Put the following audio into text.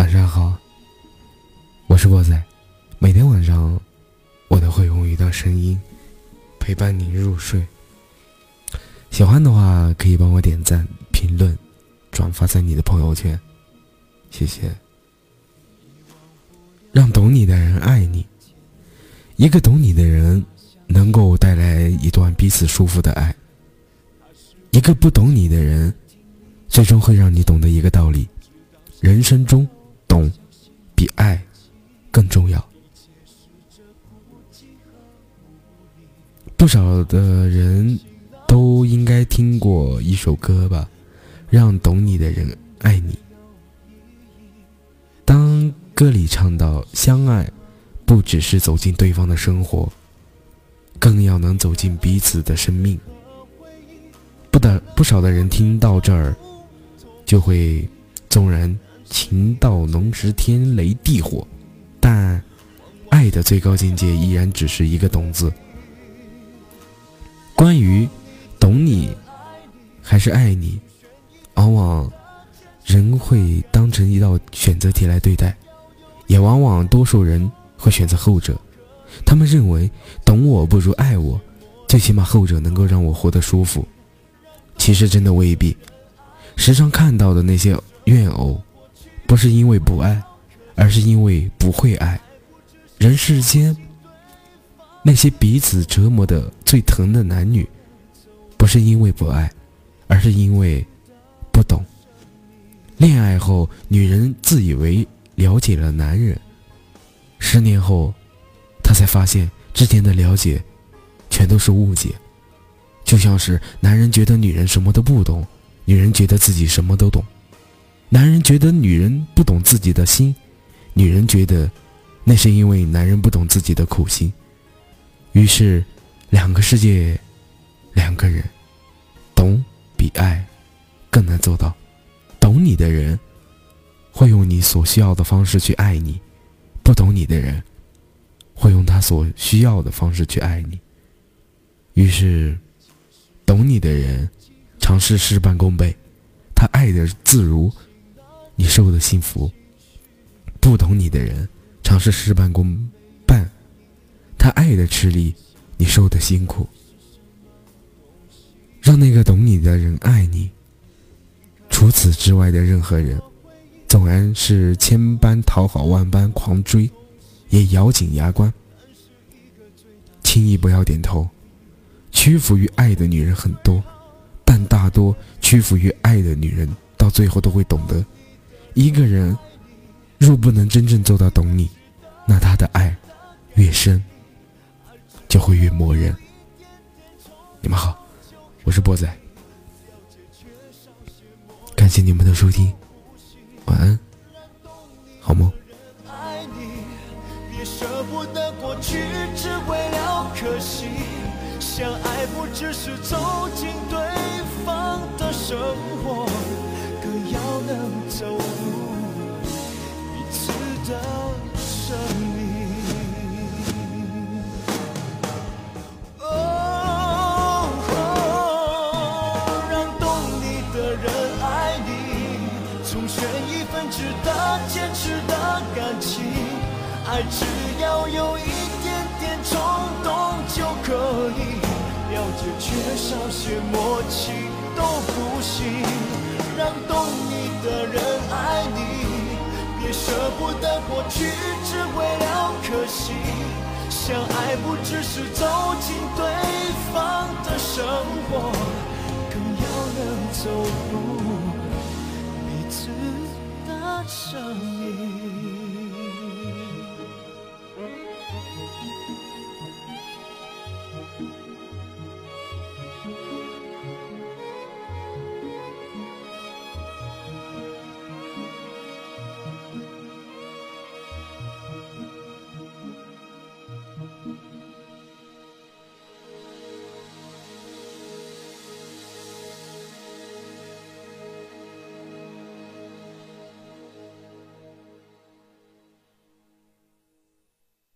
晚上好，我是波仔。每天晚上我都会用一段声音陪伴您入睡，喜欢的话可以帮我点赞、评论、转发在你的朋友圈，谢谢。让懂你的人爱你，一个懂你的人能够带来一段彼此舒服的爱，一个不懂你的人最终会让你懂得一个道理，人生中懂比爱更重要。不少的人都应该听过一首歌吧，让懂你的人爱你。当歌里唱到相爱不只是走进对方的生活，更要能走进彼此的生命。不少的人听到这儿就会纵然情到浓时天雷地火，但爱的最高境界依然只是一个懂字。关于懂你还是爱你，往往人会当成一道选择题来对待，也往往多数人会选择后者。他们认为懂我不如爱我，最起码后者能够让我活得舒服。其实真的未必，时常看到的那些怨偶，不是因为不爱，而是因为不会爱。人世间那些彼此折磨的最疼的男女，不是因为不爱，而是因为不懂。恋爱后，女人自以为了解了男人，10年后她才发现之前的了解全都是误解。就像是男人觉得女人什么都不懂，女人觉得自己什么都懂。男人觉得女人不懂自己的心，女人觉得那是因为男人不懂自己的苦心。于是两个世界，两个人，懂比爱更难做到。懂你的人会用你所需要的方式去爱你，不懂你的人会用他所需要的方式去爱你。于是懂你的人尝试事半功倍，他爱的自如，你受的幸福。不懂你的人尝试事半功半，他爱的吃力，你受的辛苦。让那个懂你的人爱你，除此之外的任何人，纵然是千般讨好万般狂追，也咬紧牙关，轻易不要点头。屈服于爱的女人很多，但大多屈服于爱的女人到最后都会懂得，一个人若不能真正做到懂你，那他的爱越深就会越磨人。你们好，我是波仔，感谢你们的收听，晚安，好梦。 爱你，别舍不得过去，只为了可惜。相爱不只是走进对方的生活，更要能走入彼此的生命。让懂你的人爱你，从选一份值得坚持的感情。爱只要有一点点冲动就可以，了解缺少些默契都不行。让懂你的人爱你，别舍不得过去，只为了可惜。相爱不只是走进对方的生活，更要能走入彼此的生命。